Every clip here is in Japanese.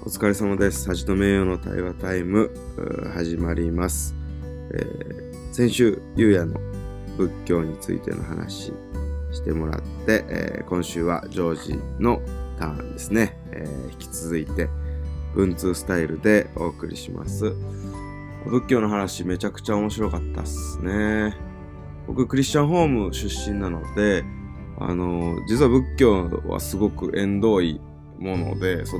お疲れ様です。恥と名誉の対話タイム始まります。先週ゆうやの仏教についての話してもらって、今週はジョージのターンですね。引き続いて文通スタイルでお送りします。仏教の話めちゃくちゃ面白かったっすね。僕クリスチャンホーム出身なので、実は仏教はすごく縁遠いもので育って、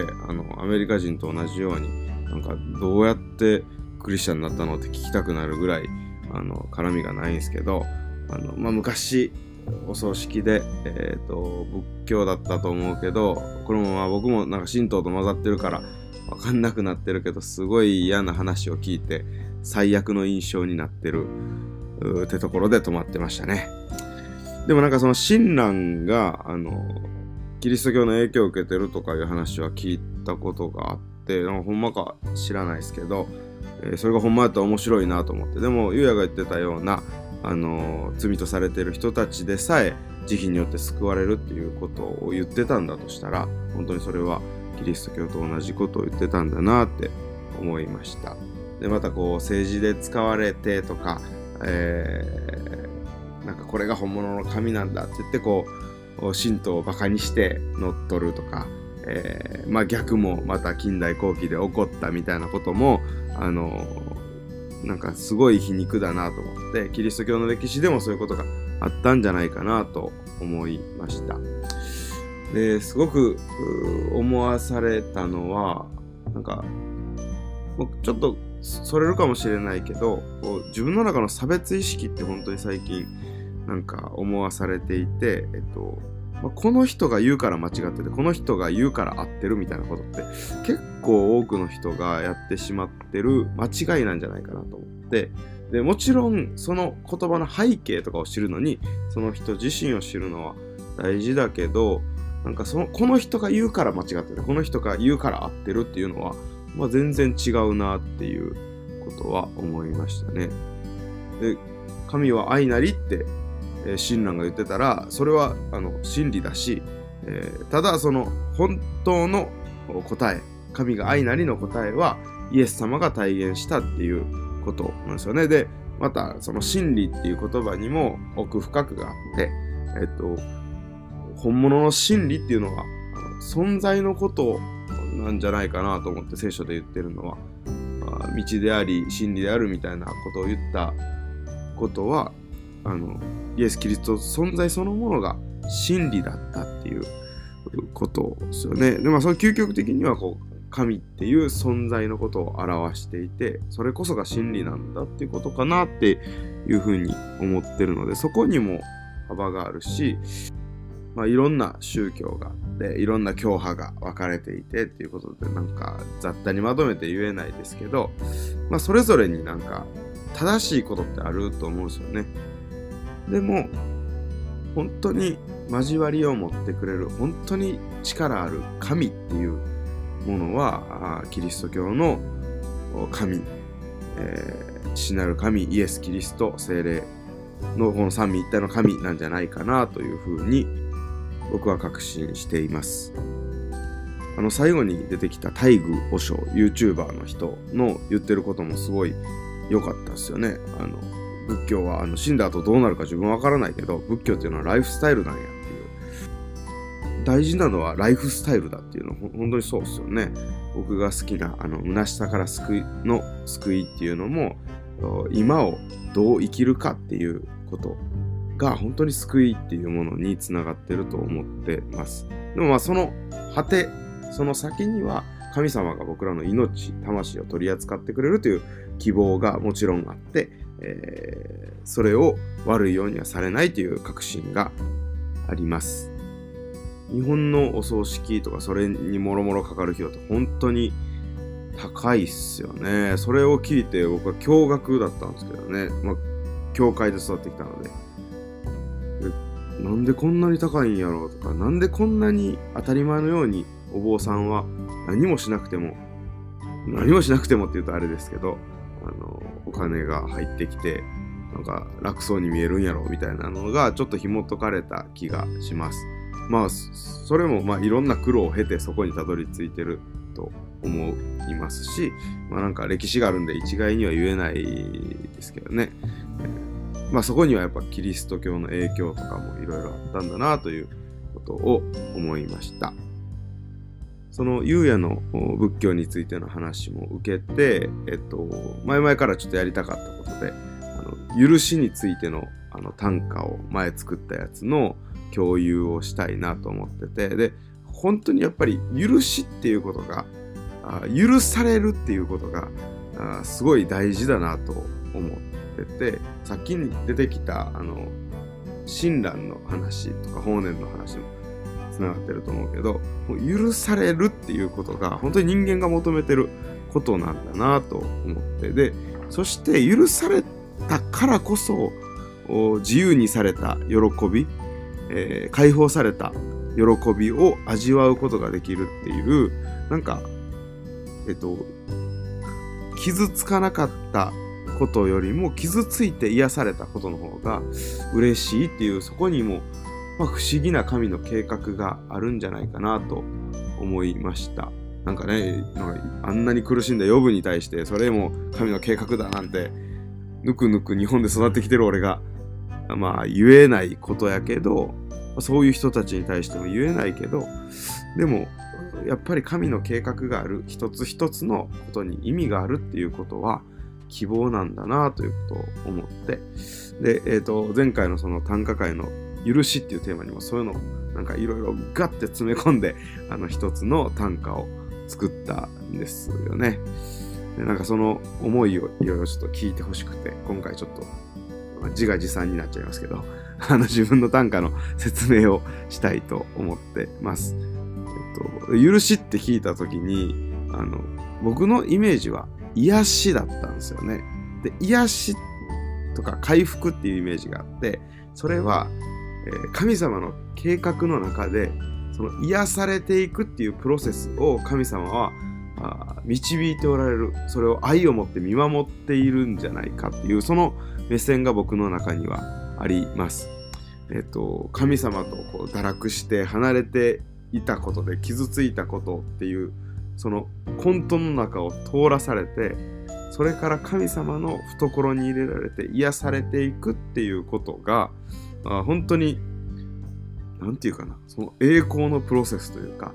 アメリカ人と同じようになんかどうやってクリスチャンになったのって聞きたくなるぐらい絡みがないんですけど、昔お葬式で仏教だったと思うけど、このまま僕もなんか神道と混ざってるから分かんなくなってるけど、すごい嫌な話を聞いて最悪の印象になってるってところで止まってましたね。でもなんかその親鸞がキリスト教の影響を受けてるとかいう話は聞いたことがあって、なんかほんまか知らないですけど、それがほんまやったら面白いなと思って。でもゆうやが言ってたような罪とされてる人たちでさえ慈悲によって救われるっていうことを言ってたんだとしたら、本当にそれはキリスト教と同じことを言ってたんだなって思いました。でまたこう政治で使われてとか、なんかこれが本物の神なんだって言ってこう神道をバカにして乗っ取るとか、逆もまた近代後期で起こったみたいなこともなんかすごい皮肉だなと思って、キリスト教の歴史でもそういうことがあったんじゃないかなと思いました。ですごく思わされたのは、なんかちょっとそれるかもしれないけど、自分の中の差別意識って本当に最近なんか思わされていて、この人が言うから間違ってて、この人が言うから合ってるみたいなことって結構多くの人がやってしまってる間違いなんじゃないかなと思って、でもちろんその言葉の背景とかを知るのにその人自身を知るのは大事だけど、なんかこの人が言うから間違ってて、この人が言うから合ってるっていうのは、全然違うなっていうことは思いましたね。で、神は愛なりって親鸞が言ってたら、それは真理だし、ただその本当の答え、神が愛なりの答えはイエス様が体現したっていうことなんですよね。でまたその真理っていう言葉にも奥深くがあって、本物の真理っていうのは存在のことなんじゃないかなと思って、聖書で言ってるのは道であり真理であるみたいなことを言ったことは、イエス・キリスト存在そのものが真理だったっていうことですよね。でその究極的には神っていう存在のことを表していて、それこそが真理なんだっていうことかなっていうふうに思ってるので、そこにも幅があるし、いろんな宗教があっていろんな教派が分かれていてっていうことで、なんか雑多にまとめて言えないですけど、それぞれになんか正しいことってあると思うんですよね。でも本当に交わりを持ってくれる、本当に力ある神っていうものはキリスト教の神、父なる神イエス・キリスト聖霊のこの三位一体の神なんじゃないかなというふうに僕は確信しています。最後に出てきた大愚和尚 YouTuber の人の言ってることもすごい良かったですよね。仏教は死んだ後どうなるか自分は分からないけど、仏教っていうのはライフスタイルなんやっていう、大事なのはライフスタイルだっていうのは本当にそうですよね。僕が好きな虚しさから救いっていうのも、今をどう生きるかっていうことが本当に救いっていうものにつながってると思ってます。でもその果て、その先には神様が僕らの命、魂を取り扱ってくれるという希望がもちろんあって、それを悪いようにはされないという確信があります。日本のお葬式とかそれにもろもろかかる費用って本当に高いっすよね。それを聞いて僕は驚愕だったんですけどね。教会で育ってきたので、なんでこんなに高いんやろうとか、なんでこんなに当たり前のようにお坊さんは何もしなくてもって言うとあれですけど、お金が入ってきてなんか楽そうに見えるんやろみたいなのがちょっと紐解かれた気がします。それもいろんな苦労を経てそこにたどり着いてると思いますし、なんか歴史があるんで一概には言えないですけどね。そこにはやっぱキリスト教の影響とかもいろいろあったんだなということを思いました。その裕也の仏教についての話も受けて、前々からちょっとやりたかったことで、許しについての短歌を前作ったやつの共有をしたいなと思ってて、で、本当にやっぱり許しっていうことが、許されるっていうことがすごい大事だなと思ってて、さっきに出てきた親鸞の話とか法然の話もつながってると思うけど、許されるっていうことが本当に人間が求めてることなんだなと思って、でそして許されたからこそ自由にされた喜び、解放された喜びを味わうことができるっていう、なんか傷つかなかったことよりも傷ついて癒されたことの方が嬉しいっていう、そこにも不思議な神の計画があるんじゃないかなと思いました。なんかね、あんなに苦しんだヨブに対してそれも神の計画だなんてぬくぬく日本で育ってきてる俺が言えないことやけど、そういう人たちに対しても言えないけど、でもやっぱり神の計画がある、一つ一つのことに意味があるっていうことは希望なんだなということを思って、で、前回のその短歌会の許しっていうテーマにもそういうのをなんかいろいろガッて詰め込んで一つの短歌を作ったんですよね。でなんかその思いをいろいろちょっと聞いてほしくて、今回ちょっと自画自賛になっちゃいますけど自分の短歌の説明をしたいと思ってます。許しって聞いた時に僕のイメージは癒しだったんですよね。で、癒しとか回復っていうイメージがあって、それは神様の計画の中でその癒されていくっていうプロセスを神様は導いておられる、それを愛を持って見守っているんじゃないかっていう、その目線が僕の中にはあります。神様と堕落して離れていたことで傷ついたことっていうその混沌の中を通らされて、それから神様の懐に入れられて癒されていくっていうことが本当になんていうかな、その栄光のプロセスというか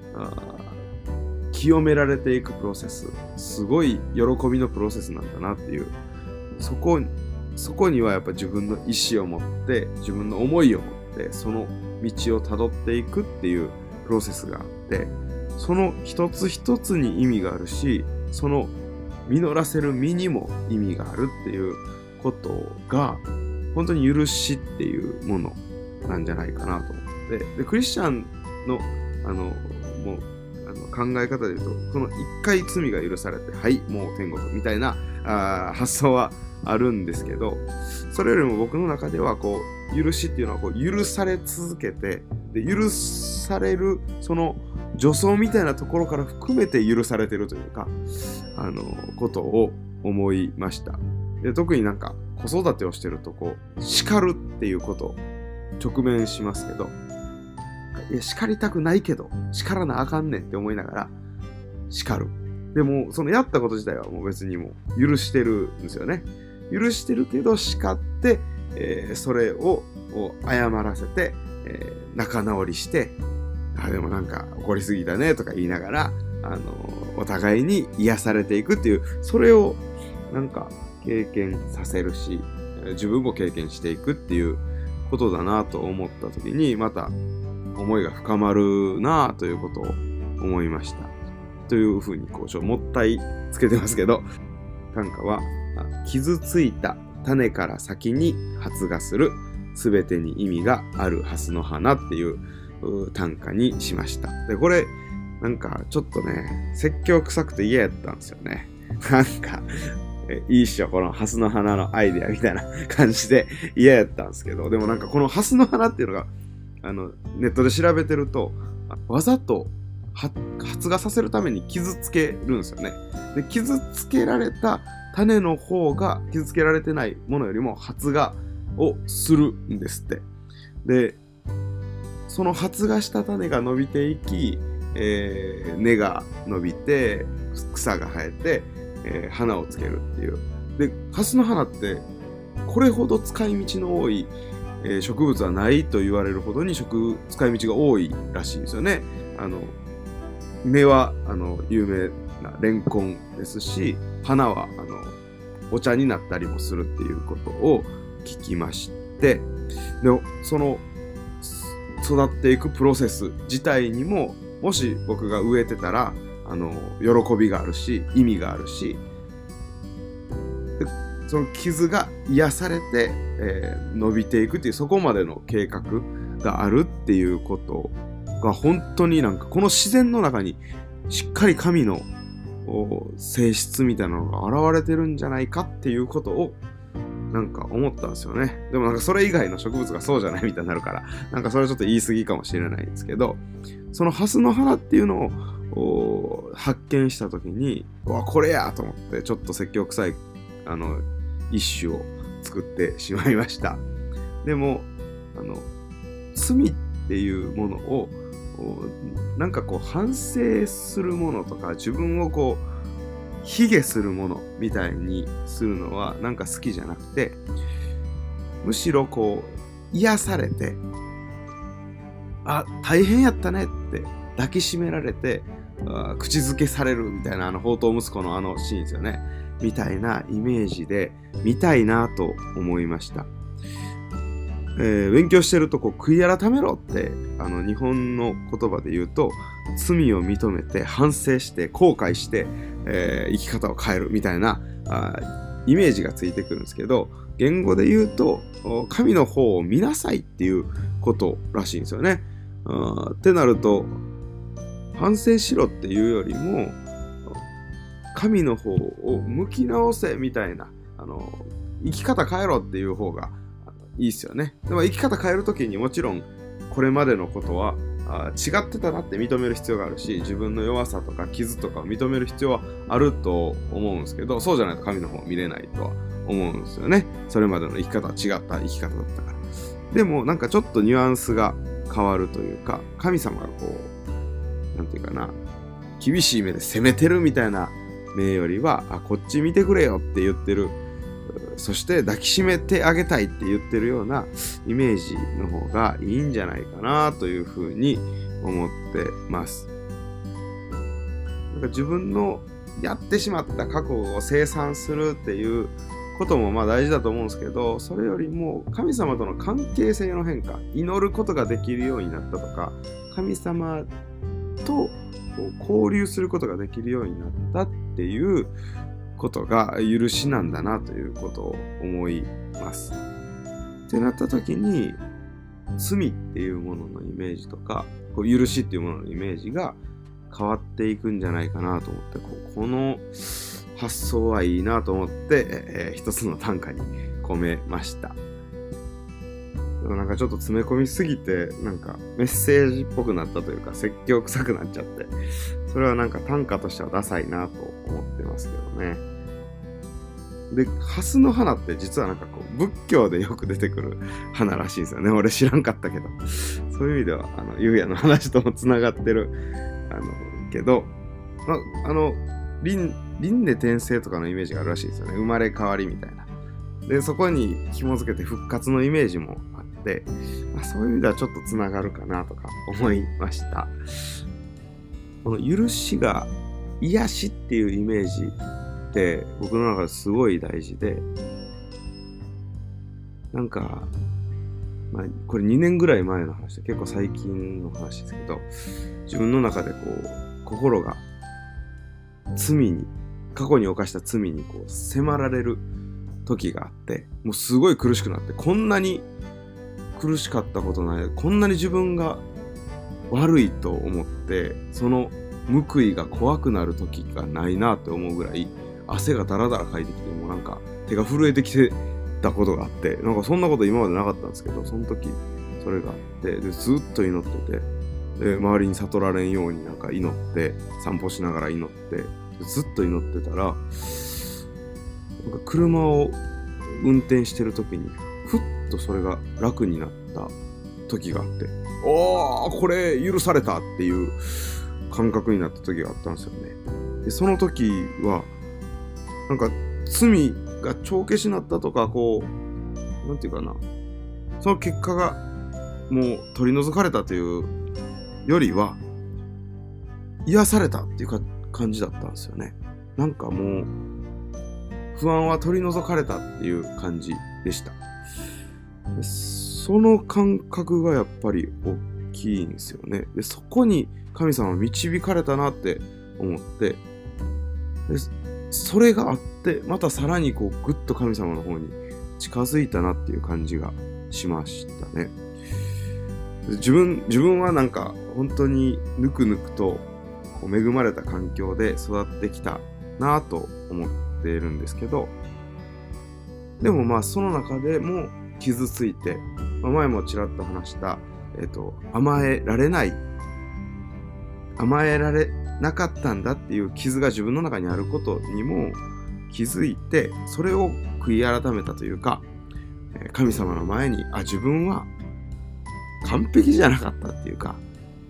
清められていくプロセス、すごい喜びのプロセスなんだなっていう、そこにはやっぱ自分の意志を持って自分の思いを持ってその道をたどっていくっていうプロセスがあって、その一つ一つに意味があるし、その実らせる実にも意味があるっていうことが本当に許しっていうものなんじゃないかなと思って、でクリスチャンのもう考え方で言うと、その一回罪が許されてはいもう天国みたいな発想はあるんですけど、それよりも僕の中では許しっていうのは許され続けて、で許されるその助走みたいなところから含めて許されてるというかことを思いました。で特になんか子育てをしてると叱るっていうこと直面しますけど、いや叱りたくないけど叱らなあかんねんって思いながら叱る。でもそのやったこと自体はもう別にもう許してるんですよね。許してるけど叱って、それを謝らせて、仲直りして、でもなんか怒りすぎだねとか言いながらお互いに癒されていくっていう、それをなんか経験させるし、自分も経験していくっていうことだなと思った時に、また思いが深まるなということを思いました。というふうにもったいつけてますけど、短歌は傷ついた種から先に発芽するすべてに意味がある蓮の花っていう短歌にしました。でこれなんかちょっとね説教臭くて嫌やったんですよね。なんかいいっしょこの蓮の花のアイデアみたいな感じで嫌やったんですけど、でもなんかこの蓮の花っていうのがネットで調べてるとわざと発芽させるために傷つけるんですよね。で傷つけられた種の方が傷つけられてないものよりも発芽をするんですって。でその発芽した種が伸びていき、 根が伸びて草が生えて、花をつけるっていう。でハスの花ってこれほど使い道の多い、植物はないと言われるほどに使い道が多いらしいんですよね。根は有名なレンコンですし、花はお茶になったりもするっていうことを聞きまして、でその育っていくプロセス自体にも、もし僕が植えてたら喜びがあるし意味があるし、でその傷が癒されて、伸びていくっていう、そこまでの計画があるっていうことが本当になんかこの自然の中にしっかり神の性質みたいなのが現れてるんじゃないかっていうことをなんか思ったんですよね。でもなんかそれ以外の植物がそうじゃないみたいになるから、なんかそれはちょっと言い過ぎかもしれないんですけど、そのハスの花っていうのを発見した時に、うわこれやと思ってちょっと説教臭い一種を作ってしまいました。でも罪っていうものをなんかこう反省するものとか、自分をこう卑下するものみたいにするのはなんか好きじゃなくて、むしろこう癒されて、大変やったねって抱きしめられて、口づけされるみたいな、放蕩息子のシーンですよね、みたいなイメージで見たいなと思いました。勉強してると悔い改めろって日本の言葉で言うと、罪を認めて反省して後悔して、生き方を変えるみたいなイメージがついてくるんですけど、言語で言うと神の方を見なさいっていうことらしいんですよね。ってなると、反省しろっていうよりも神の方を向き直せみたいな、生き方変えろっていう方がいいっすよね。でも生き方変えるときにもちろんこれまでのことは違ってたなって認める必要があるし、自分の弱さとか傷とかを認める必要はあると思うんですけど、そうじゃないと神の方を見れないとは思うんですよね。それまでの生き方は違った生き方だったから。でもなんかちょっとニュアンスが変わるというか、神様がこうなんていうかな、厳しい目で責めてるみたいな目よりは、こっち見てくれよって言ってる、そして抱きしめてあげたいって言ってるようなイメージの方がいいんじゃないかなというふうに思ってます。なんか自分のやってしまった過去を清算するっていうことも大事だと思うんですけど、それよりも神様との関係性の変化、祈ることができるようになったとか、神様と交流することができるようになったっていうことが許しなんだなということを思います。ってなった時に、罪っていうもののイメージとか許しっていうもののイメージが変わっていくんじゃないかなと思って、この発想はいいなと思って、一つの短歌に込めました。なんかちょっと詰め込みすぎて、なんかメッセージっぽくなったというか、説教臭くなっちゃって、それはなんか短歌としてはダサいなと思ってますけどね。で、ハスの花って実はなんか仏教でよく出てくる花らしいんですよね。俺知らんかったけど。そういう意味では、ゆうやの話ともつながってる、けど、輪廻転生とかのイメージがあるらしいですよね。生まれ変わりみたいな。で、そこに紐づけて復活のイメージもあって、そういう意味ではちょっとつながるかなとか思いました。この許しが癒しっていうイメージって僕の中ですごい大事で、なんか、これ2年ぐらい前の話で、結構最近の話ですけど、自分の中で心が過去に犯した罪に迫られる時があって、もうすごい苦しくなって、こんなに苦しかったことない、こんなに自分が悪いと思って、その報いが怖くなる時がないなって思うぐらい、汗がダラダラかいてきて、もうなんか手が震えてきてたことがあって、なんかそんなこと今までなかったんですけど、その時それがあって、でずっと祈ってて、で周りに悟られんようになんか祈って、散歩しながら祈って、ずっと祈ってたら、なんか車を運転してる時にふっとそれが楽になった時があって、これ許されたっていう感覚になった時があったんですよね。でその時はなんか罪が帳消しになったとか、こうなんていうかな、その結果がもう取り除かれたというよりは癒されたっていう感じだったんですよね。なんかもう不安は取り除かれたっていう感じでした。でその感覚がやっぱり大きいんですよね。でそこに神様は導かれたなって思って、でそれがあってまたさらにこうぐっと神様の方に近づいたなっていう感じがしましたね。自分はなんか本当にぬくぬくとこう恵まれた環境で育ってきたなと思っているんですけど、でもまあその中でも傷ついて、前もちらっと話した、甘えられなかったんだっていう傷が自分の中にあることにも気づいて、それを悔い改めたというか、神様の前に自分は完璧じゃなかったっていうか、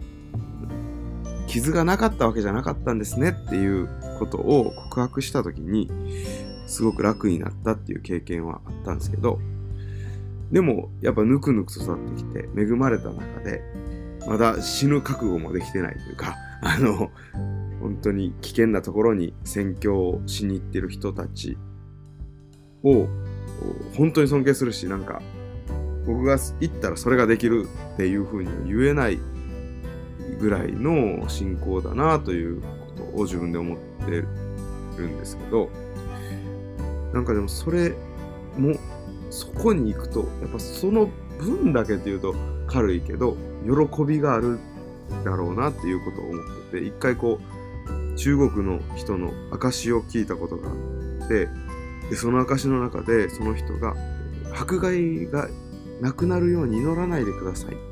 傷がなかったわけじゃなかったんですねっていうことを告白した時にすごく楽になったっていう経験はあったんですけど、でもやっぱぬくぬくと育ってきて恵まれた中でまだ死ぬ覚悟もできてないというか、本当に危険なところに宣教をしに行ってる人たちを本当に尊敬するし、なんか僕が行ったらそれができるっていう風には言えないぐらいの信仰だなということを自分で思ってるんですけど、なんかでもそれもそこに行くとやっぱその分だけっていうと軽いけど喜びがあるだろうなっていうことを思ってて、一回こう中国の人の証を聞いたことがあって、でその証の中でその人が迫害がなくなるように祈らないでください、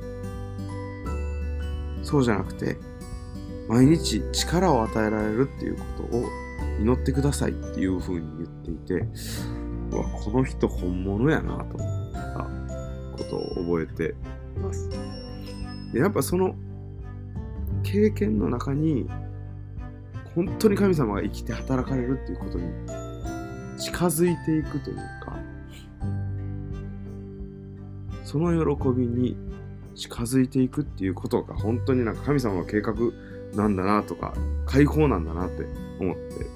そうじゃなくて毎日力を与えられるっていうことを祈ってくださいっていう風に言っていて、この人本物やなと思ったことを覚えています。でやっぱその経験の中に本当に神様が生きて働かれるっていうことに近づいていくというか、その喜びに近づいていくっていうことが本当になんか神様の計画なんだなとか解放なんだなって思って、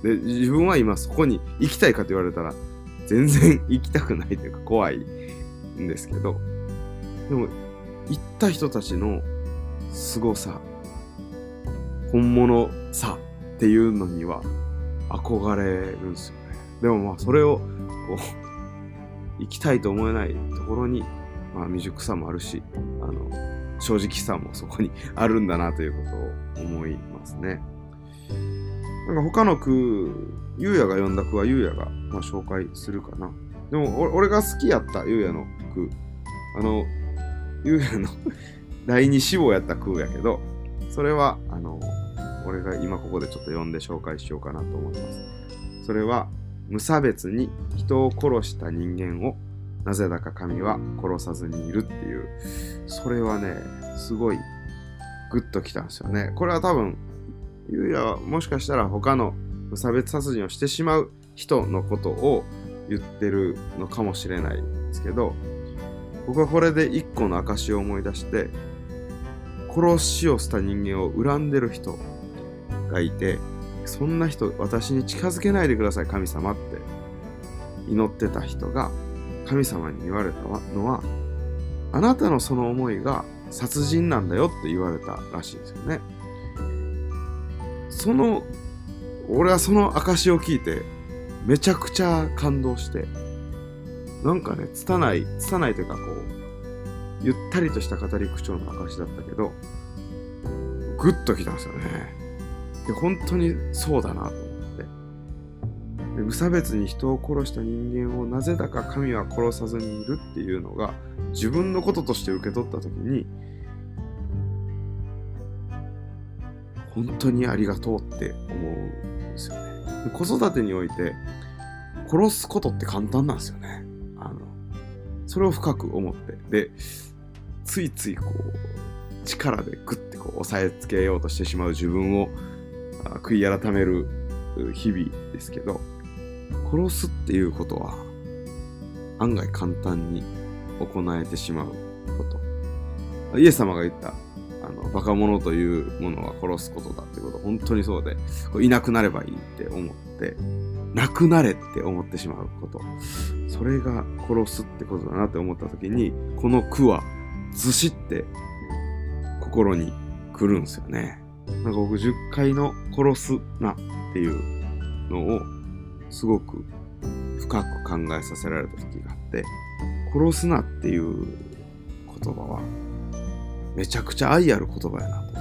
で自分は今そこに行きたいかと言われたら全然行きたくないというか怖いんですけど、でも行った人たちの凄さ、本物さっていうのには憧れるんですよね。でもまあそれをこう行きたいと思えないところに未熟さもあるし、正直さもそこにあるんだなということを思いますね。なんか他の句、ゆうやが読んだ句はゆうやが紹介するかな。でも俺が好きやったゆうやの句、ゆうやの第二志望やった句やけど、それは俺が今ここでちょっと読んで紹介しようかなと思います。それは無差別に人を殺した人間をなぜだか神は殺さずにいるっていう、それはねすごいグッときたんですよね。これは多分ゆうやはもしかしたら他の無差別殺人をしてしまう人のことを言ってるのかもしれないんですけど、僕はこれで一個の証を思い出して、殺しをした人間を恨んでる人がいて、そんな人私に近づけないでください神様って祈ってた人が神様に言われたのは、あなたのその思いが殺人なんだよって言われたらしいんですよね。俺はその証を聞いてめちゃくちゃ感動して、なんかね拙いというかこうゆったりとした語り口調の証だったけどグッときたんですよね。で本当にそうだなと思って、で無差別に人を殺した人間をなぜだか神は殺さずにいるっていうのが自分のこととして受け取った時に、本当にありがとうって思うんですよね。で子育てにおいて殺すことって簡単なんですよね。それを深く思って、でついついこう力でグッてこう押さえつけようとしてしまう自分を悔い改める日々ですけど、殺すっていうことは案外簡単に行えてしまうこと。イエス様が言ったバカ者というものは殺すことだっていうこと、本当にそうで、いなくなればいいって思って、なくなれって思ってしまうこと。それが殺すってことだなって思った時に、この句はずしって心に来るんですよね。なんか僕10回の殺すなっていうのをすごく深く考えさせられた時があって、殺すなっていう言葉はめちゃくちゃ愛ある言葉やなと思って。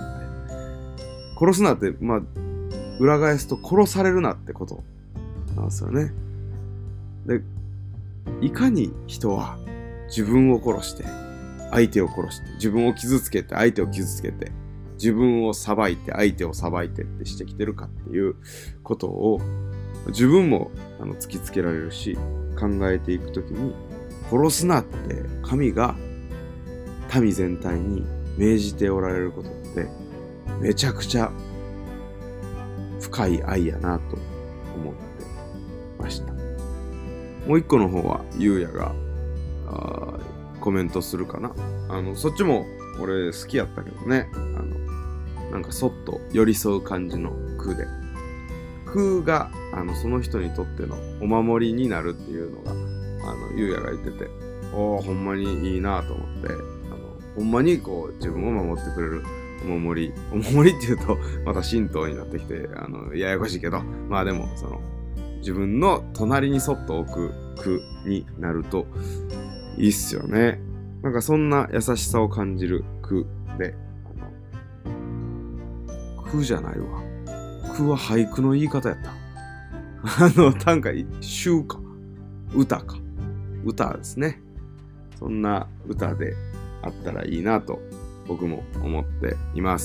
殺すなって、裏返すと殺されるなってことなんですよね。で、いかに人は自分を殺して、相手を殺して、自分を傷つけて、相手を傷つけて、自分を裁いて、相手を裁いてってしてきてるかっていうことを、自分も突きつけられるし、考えていくときに、殺すなって神が民全体に命じておられることってめちゃくちゃ深い愛やなと思ってました。もう一個の方はゆうやがコメントするかな。そっちも俺好きやったけどね。なんかそっと寄り添う感じの句で、句がその人にとってのお守りになるっていうのがゆうやが言ってて、ほんまにいいなと思って、ほんまにこう自分を守ってくれるお守りっていうとまた神道になってきてややこしいけど、でも自分の隣にそっと置く句になるといいっすよね。なんかそんな優しさを感じる句で、句じゃないわ。句は俳句の言い方やった。短歌、詩か歌か歌ですね。そんな歌であったらいいなと僕も思っています。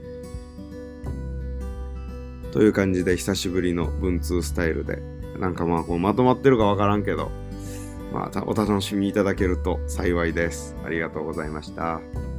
という感じで久しぶりの文通スタイルで、なんかこうまとまってるかわからんけど、お楽しみいただけると幸いです。ありがとうございました。